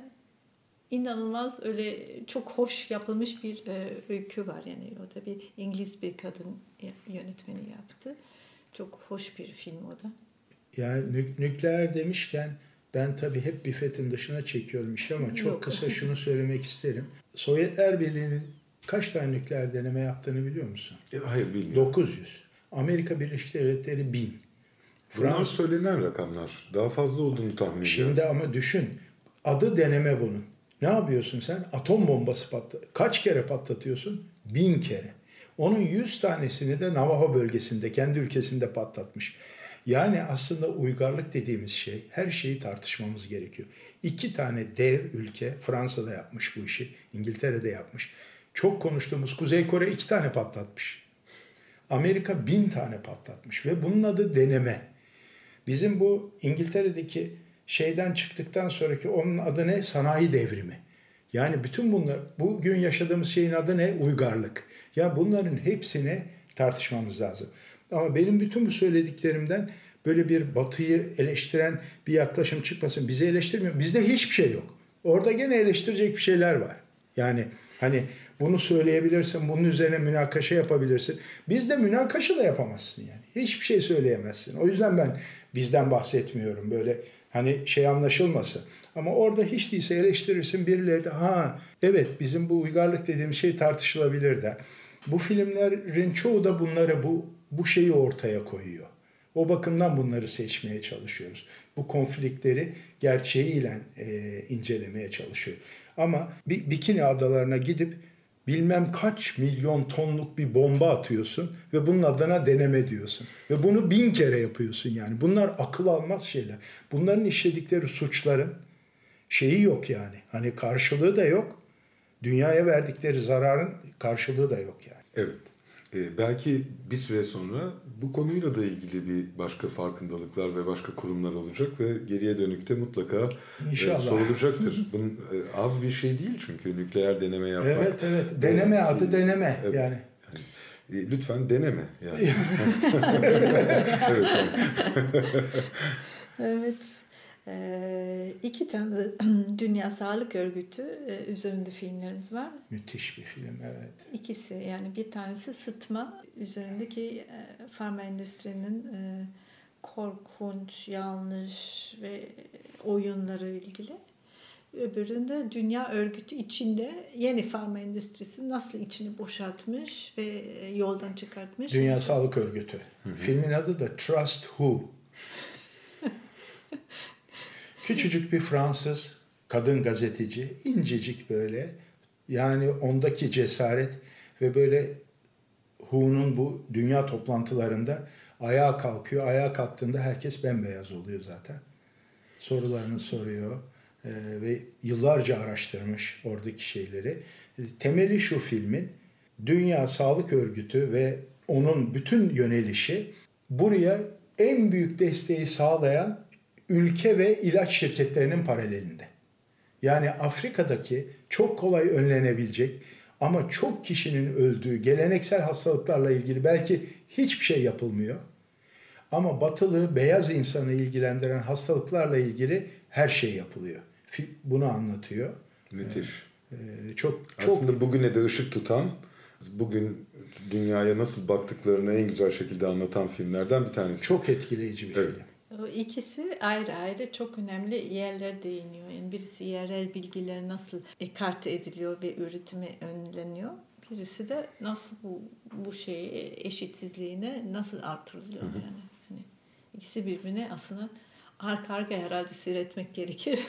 inanılmaz öyle çok hoş yapılmış bir e, öykü var. Yani o da bir İngiliz bir kadın yönetmeni yaptı. Çok hoş bir film o da. Yani nük- nükleer demişken ben tabii hep Buffett'in dışına çekiyorum işi ama çok Yok. kısa şunu söylemek isterim. Sovyetler Birliği'nin kaç tane nükleer deneme yaptığını biliyor musun? E, hayır bilmiyorum. dokuz yüz. Amerika Birleşik Devletleri bin. Bunlar Fransız söylenen rakamlar. Daha fazla olduğunu tahmin ediyorum. Şimdi ama düşün. Adı deneme bunun. Ne yapıyorsun sen? Atom bombası patlat. Kaç kere patlatıyorsun? Bin kere. Onun yüz tanesini de Navajo bölgesinde, kendi ülkesinde patlatmış. Yani aslında uygarlık dediğimiz şey, her şeyi tartışmamız gerekiyor. İki tane dev ülke, Fransa'da yapmış bu işi, İngiltere'de yapmış. Çok konuştuğumuz Kuzey Kore iki tane patlatmış. Amerika bin tane patlatmış ve bunun adı deneme. Bizim bu İngiltere'deki şeyden çıktıktan sonraki onun adı ne? Sanayi devrimi. Yani bütün bunlar, bugün yaşadığımız şeyin adı ne? Uygarlık. Ya bunların hepsini tartışmamız lazım. Ama benim bütün bu söylediklerimden böyle bir Batı'yı eleştiren bir yaklaşım çıkmasın. Bizi eleştirmiyor. Bizde hiçbir şey yok. Orada gene eleştirecek bir şeyler var. Yani hani bunu söyleyebilirsin, bunun üzerine münakaşa yapabilirsin. Bizde münakaşa da yapamazsın yani. Hiçbir şey söyleyemezsin. O yüzden ben bizden bahsetmiyorum. Böyle hani şey anlaşılmasın. Ama orada hiç değilse eleştirirsin, birileri de ha evet bizim bu uygarlık dediğim şey tartışılabilir de. Bu filmlerin çoğu da bunları bu bu şeyi ortaya koyuyor. O bakımdan bunları seçmeye çalışıyoruz. Bu konfliktleri gerçeğiyle e, incelemeye çalışıyor. Ama bir Bikini Adalarına gidip bilmem kaç milyon tonluk bir bomba atıyorsun ve bunun adına deneme diyorsun. Ve bunu bin kere yapıyorsun yani. Bunlar akıl almaz şeyler. Bunların işledikleri suçların şeyi yok yani. Hani karşılığı da yok. Dünyaya verdikleri zararın karşılığı da yok yani. Evet. Ee, belki bir süre sonra bu konuyla da ilgili bir başka farkındalıklar ve başka kurumlar olacak ve geriye dönükte mutlaka İnşallah. E, sorulacaktır. Bunun e, az bir şey değil çünkü nükleer deneme yapmak. Evet evet. Deneme e, adı deneme evet. yani. yani. E, lütfen deneme yani. evet. evet. Evet. Ee, iki tane Dünya Sağlık Örgütü e, üzerinde filmlerimiz var. Müthiş bir film evet. İkisi yani bir tanesi sıtma üzerindeki e, farma endüstrinin e, korkunç, yanlış ve oyunları ilgili. Öbüründe Dünya Örgütü içinde yeni farma endüstrisi nasıl içini boşaltmış ve yoldan çıkartmış. Dünya Sağlık Örgütü. Hı hı. Filmin adı da Trust Who. Küçücük bir Fransız kadın gazeteci, incecik böyle. Yani ondaki cesaret ve böyle Who'nun bu dünya toplantılarında ayağa kalkıyor. Ayağa kalktığında herkes bembeyaz oluyor zaten. Sorularını soruyor ee, ve yıllarca araştırmış oradaki şeyleri. Temeli şu filmin, Dünya Sağlık Örgütü ve onun bütün yönelişi buraya en büyük desteği sağlayan ülke ve ilaç şirketlerinin paralelinde. Yani Afrika'daki çok kolay önlenebilecek ama çok kişinin öldüğü geleneksel hastalıklarla ilgili belki hiçbir şey yapılmıyor. Ama batılı beyaz insanı ilgilendiren hastalıklarla ilgili her şey yapılıyor. Bunu anlatıyor. Müthiş. Ee, çok çok aslında bugüne de ışık tutan, bugün dünyaya nasıl baktıklarını en güzel şekilde anlatan filmlerden bir tanesi. Çok etkileyici bir evet. film. O ikisi ayrı ayrı çok önemli yerler değiniyor. Yani birisi yerel bilgiler nasıl ekarte ediliyor ve üretimi önleniyor. Birisi de nasıl bu bu şey eşitsizliğine nasıl artırılıyor. Hı hı. Yani hani ikisi birbirine aslında arka arkaya herhalde seyretmek gerekir.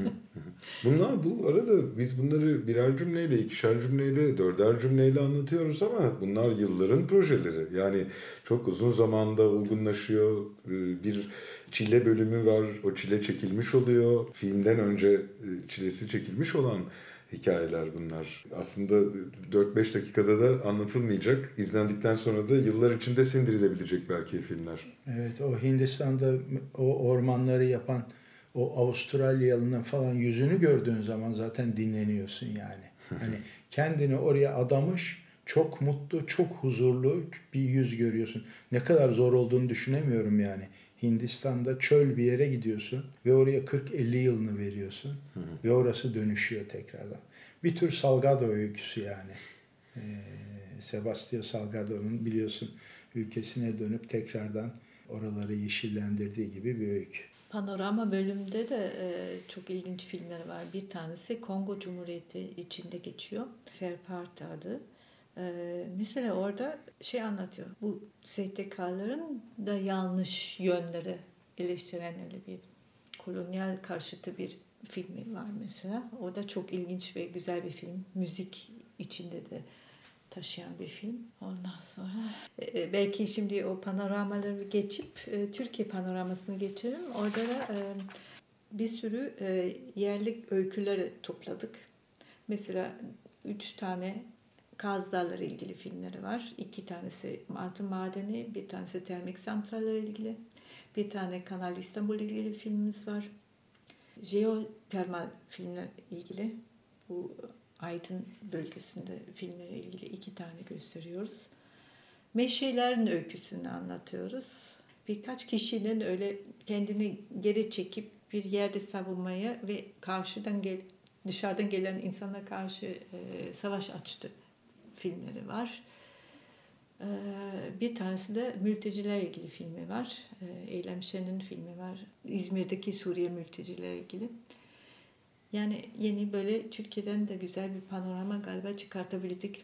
Bunlar bu arada biz bunları birer cümleyle, ikişer cümleyle, dörder cümleyle anlatıyoruz ama bunlar yılların projeleri. Yani çok uzun zamanda olgunlaşıyor. Bir çile bölümü var. O çile çekilmiş oluyor. Filmden önce çilesi çekilmiş olan hikayeler bunlar. Aslında dört beş dakikada da anlatılmayacak. İzlendikten sonra da yıllar içinde sindirilebilecek belki filmler. Evet, o Hindistan'da o ormanları yapan o Avustralyalının falan yüzünü gördüğün zaman zaten dinleniyorsun yani. Hani kendini oraya adamış, çok mutlu, çok huzurlu bir yüz görüyorsun. Ne kadar zor olduğunu düşünemiyorum yani. Hindistan'da çöl bir yere gidiyorsun ve oraya kırk elli yılını veriyorsun. Hı hı. Ve orası dönüşüyor tekrardan. Bir tür Salgado öyküsü yani. Ee, Sebastião Salgado'nun biliyorsun ülkesine dönüp tekrardan oraları yeşillendirdiği gibi bir öykü. Panorama bölümde de e, çok ilginç filmler var. Bir tanesi Kongo Cumhuriyeti içinde geçiyor. Ferparti adı. Ee, mesela orada şey anlatıyor. Bu S T K'ların da yanlış yönleri eleştiren öyle bir kolonyal karşıtı bir filmi var mesela. O da çok ilginç ve güzel bir film. Müzik içinde de taşıyan bir film. Ondan sonra e, belki şimdi o panoramaları geçip e, Türkiye panoramasını geçelim. Orada da e, bir sürü e, yerli öyküleri topladık. Mesela üç tane Kaz Dağları ilgili filmleri var. İki tanesi altın madeni, bir tanesi termik santralleri ilgili. Bir tane Kanal İstanbul ilgili filmimiz var. Jeotermal filmler ilgili. Bu Aydın bölgesinde filmlere ilgili iki tane gösteriyoruz. Meşelerin öyküsünü anlatıyoruz. Birkaç kişinin öyle kendini geri çekip bir yerde savunmaya ve karşıdan gel, dışarıdan gelen insana karşı e, savaş açtı filmleri var. Ee, bir tanesi de mültecilerle ilgili filmi var. Ee, Eylem Şen'in filmi var. İzmir'deki Suriye mültecilerle ilgili. Yani yeni böyle Türkiye'den de güzel bir panorama galiba çıkartabildik.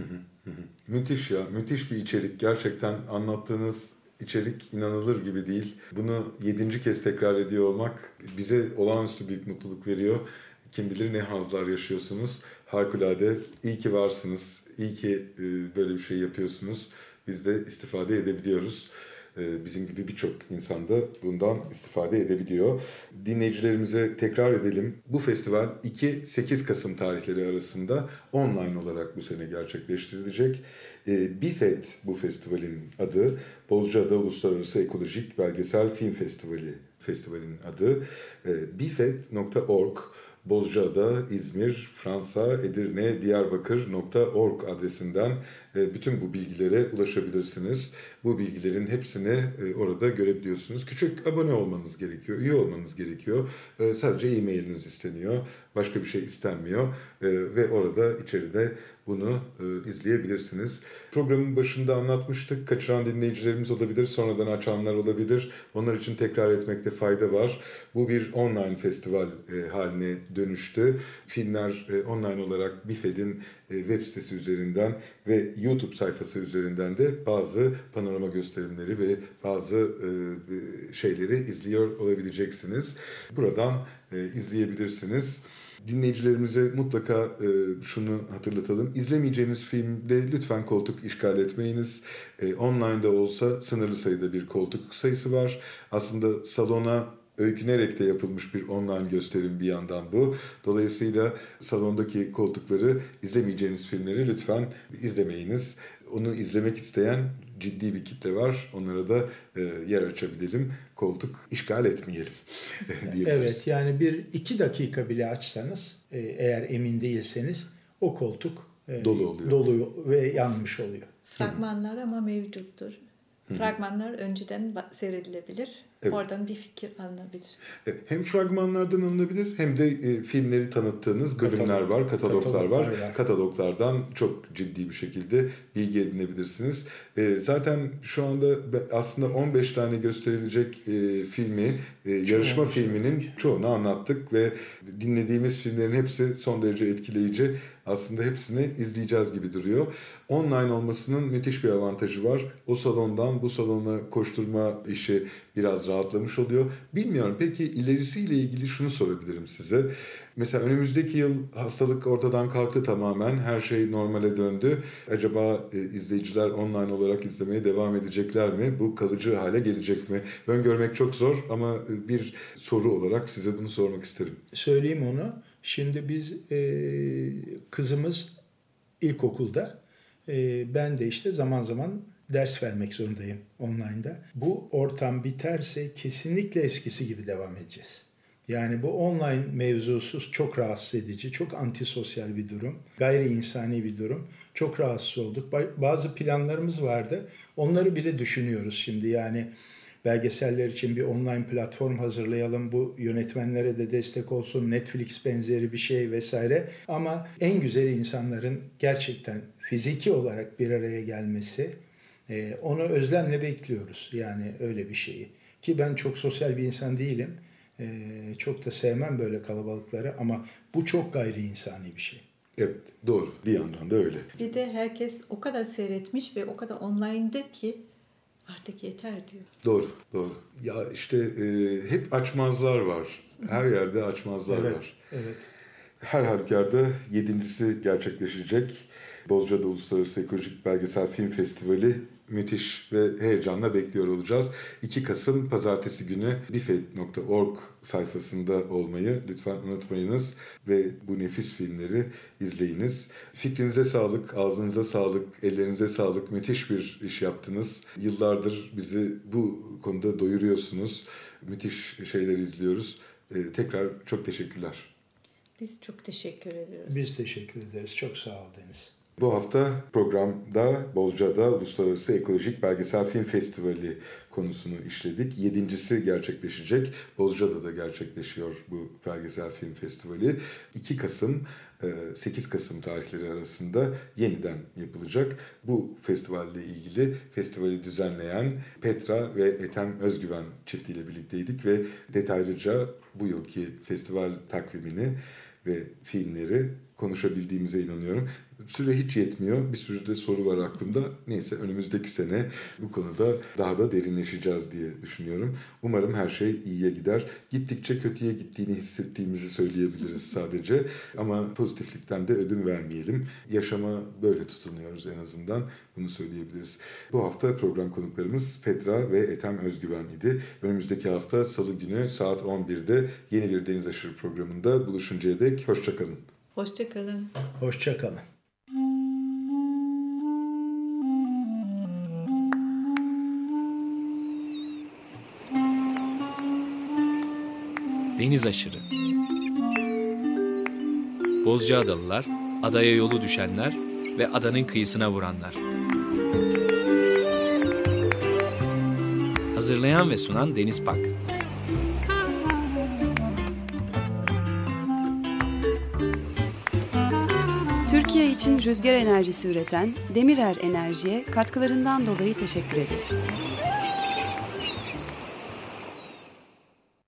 Müthiş ya, müthiş bir içerik. Gerçekten anlattığınız içerik inanılır gibi değil. Bunu yedinci kez tekrar ediyor olmak bize olağanüstü büyük mutluluk veriyor. Kim bilir ne hazlar yaşıyorsunuz. Harikulade. İyi ki varsınız. İyi ki böyle bir şey yapıyorsunuz. Biz de istifade edebiliyoruz. Bizim gibi birçok insan da bundan istifade edebiliyor. Dinleyicilerimize tekrar edelim. Bu festival iki sekiz Kasım tarihleri arasında online olarak bu sene gerçekleştirilecek. BİFET bu festivalin adı. Bozcaada Uluslararası Ekolojik Belgesel Film Festivali festivalin adı. bifet nokta org Bozcaada, İzmir, Fransa, Edirne, Diyarbakır nokta org adresinden bütün bu bilgilere ulaşabilirsiniz. Bu bilgilerin hepsini orada görebiliyorsunuz. Küçük abone olmanız gerekiyor, üye olmanız gerekiyor. Sadece e-mailiniz isteniyor. Başka bir şey istenmiyor. Ve orada içeride bunu izleyebilirsiniz. Programın başında anlatmıştık. Kaçıran dinleyicilerimiz olabilir, sonradan açanlar olabilir. Onlar için tekrar etmekte fayda var. Bu bir online festival haline dönüştü. Filmler online olarak BİFET'in web sitesi üzerinden ve YouTube sayfası üzerinden de bazı panorama gösterimleri ve bazı şeyleri izliyor olabileceksiniz. Buradan izleyebilirsiniz. Dinleyicilerimize mutlaka e, şunu hatırlatalım. İzlemeyeceğiniz filmde lütfen koltuk işgal etmeyiniz. E, online'da olsa sınırlı sayıda bir koltuk sayısı var. Aslında salona öykünerek de yapılmış bir online gösterim bir yandan bu. Dolayısıyla salondaki koltukları, izlemeyeceğiniz filmleri lütfen izlemeyiniz. Onu izlemek isteyen ciddi bir kitle var. Onlara da e, yer açabilelim. Koltuk işgal etmeyelim diyebiliriz. Evet, yani bir iki dakika bile açsanız e, eğer emin değilseniz o koltuk e, dolu oluyor. Dolu ve yanmış oluyor. Fragmanlar ama mevcuttur. Fragmanlar önceden seyredilebilir. Evet. Oradan bir fikir alınabilir. Hem fragmanlardan alınabilir hem de e, filmleri tanıttığınız bölümler Katalog, var, kataloglar, kataloglar var. var. Kataloglardan çok ciddi bir şekilde bilgi edinebilirsiniz. E, zaten şu anda aslında on beş tane gösterilecek e, filmi, e, yarışma Çoğu filminin çoğunu anlattık ve dinlediğimiz filmlerin hepsi son derece etkileyici. Aslında hepsini izleyeceğiz gibi duruyor. Online olmasının müthiş bir avantajı var. O salondan bu salona koşturma işi biraz rahatlamış oluyor. Bilmiyorum, peki ilerisiyle ilgili şunu sorabilirim size. Mesela önümüzdeki yıl hastalık ortadan kalktı tamamen. Her şey normale döndü. Acaba e, izleyiciler online olarak izlemeye devam edecekler mi? Bu kalıcı hale gelecek mi? Öngörmek çok zor ama bir soru olarak size bunu sormak isterim. Söyleyeyim onu. Şimdi biz e, kızımız ilkokulda. E, ben de işte zaman zaman ders vermek zorundayım online'da. Bu ortam biterse kesinlikle eskisi gibi devam edeceğiz. Yani bu online mevzusu çok rahatsız edici, çok antisosyal bir durum, gayri insani bir durum. Çok rahatsız olduk. Bazı planlarımız vardı. Onları bile düşünüyoruz şimdi. Yani belgeseller için bir online platform hazırlayalım. Bu yönetmenlere de destek olsun. Netflix benzeri bir şey vesaire. Ama en güzeli insanların gerçekten fiziki olarak bir araya gelmesi. Onu özlemle bekliyoruz. Yani öyle bir şeyi. Ki ben çok sosyal bir insan değilim. Çok da sevmem böyle kalabalıkları ama bu çok gayri insani bir şey. Evet, doğru. Bir yandan da öyle. Bir de herkes o kadar seyretmiş ve o kadar online'da ki artık yeter diyor. Doğru, doğru. Ya işte e, hep açmazlar var. Her yerde açmazlar evet, var. Evet. Her halükarda yedincisi gerçekleşecek. Bozcaada Uluslararası Ekolojik Belgesel Film Festivali müthiş ve heyecanla bekliyor olacağız. iki Kasım Pazartesi günü bifet nokta org sayfasında olmayı lütfen unutmayınız ve bu nefis filmleri izleyiniz. Fikrinize sağlık, ağzınıza sağlık, ellerinize sağlık. Müthiş bir iş yaptınız. Yıllardır bizi bu konuda doyuruyorsunuz. Müthiş şeyler izliyoruz. Ee, tekrar çok teşekkürler. Biz çok teşekkür ediyoruz. Biz teşekkür ederiz. Çok sağ ol Deniz. Bu hafta programda Bozcaada Uluslararası Ekolojik Belgesel Film Festivali konusunu işledik. Yedincisi gerçekleşecek. Bozcaada'da gerçekleşiyor bu belgesel film festivali. iki Kasım, sekiz Kasım tarihleri arasında yeniden yapılacak. Bu festivalle ilgili festivali düzenleyen Petra ve Ethem Özgüven çiftiyle birlikteydik ve detaylıca bu yılki festival takvimini ve filmleri konuşabildiğimize inanıyorum. Süre hiç yetmiyor. Bir sürü de soru var aklımda. Neyse önümüzdeki sene bu konuda daha da derinleşeceğiz diye düşünüyorum. Umarım her şey iyiye gider. Gittikçe kötüye gittiğini hissettiğimizi söyleyebiliriz sadece. Ama pozitiflikten de ödün vermeyelim. Yaşama böyle tutunuyoruz en azından. Bunu söyleyebiliriz. Bu hafta program konuklarımız Petra ve Ethem Özgüven idi. Önümüzdeki hafta Salı günü saat on birde yeni bir Deniz Aşırı programında buluşuncaya dek hoşçakalın. Hoşçakalın. Hoşçakalın. Deniz Aşırı. Bozcaadalılar, adaya yolu düşenler ve adanın kıyısına vuranlar. Hazırlayan ve sunan Deniz Pak. Türkiye için rüzgar enerjisi üreten Demirer Enerji'ye katkılarından dolayı teşekkür ederiz.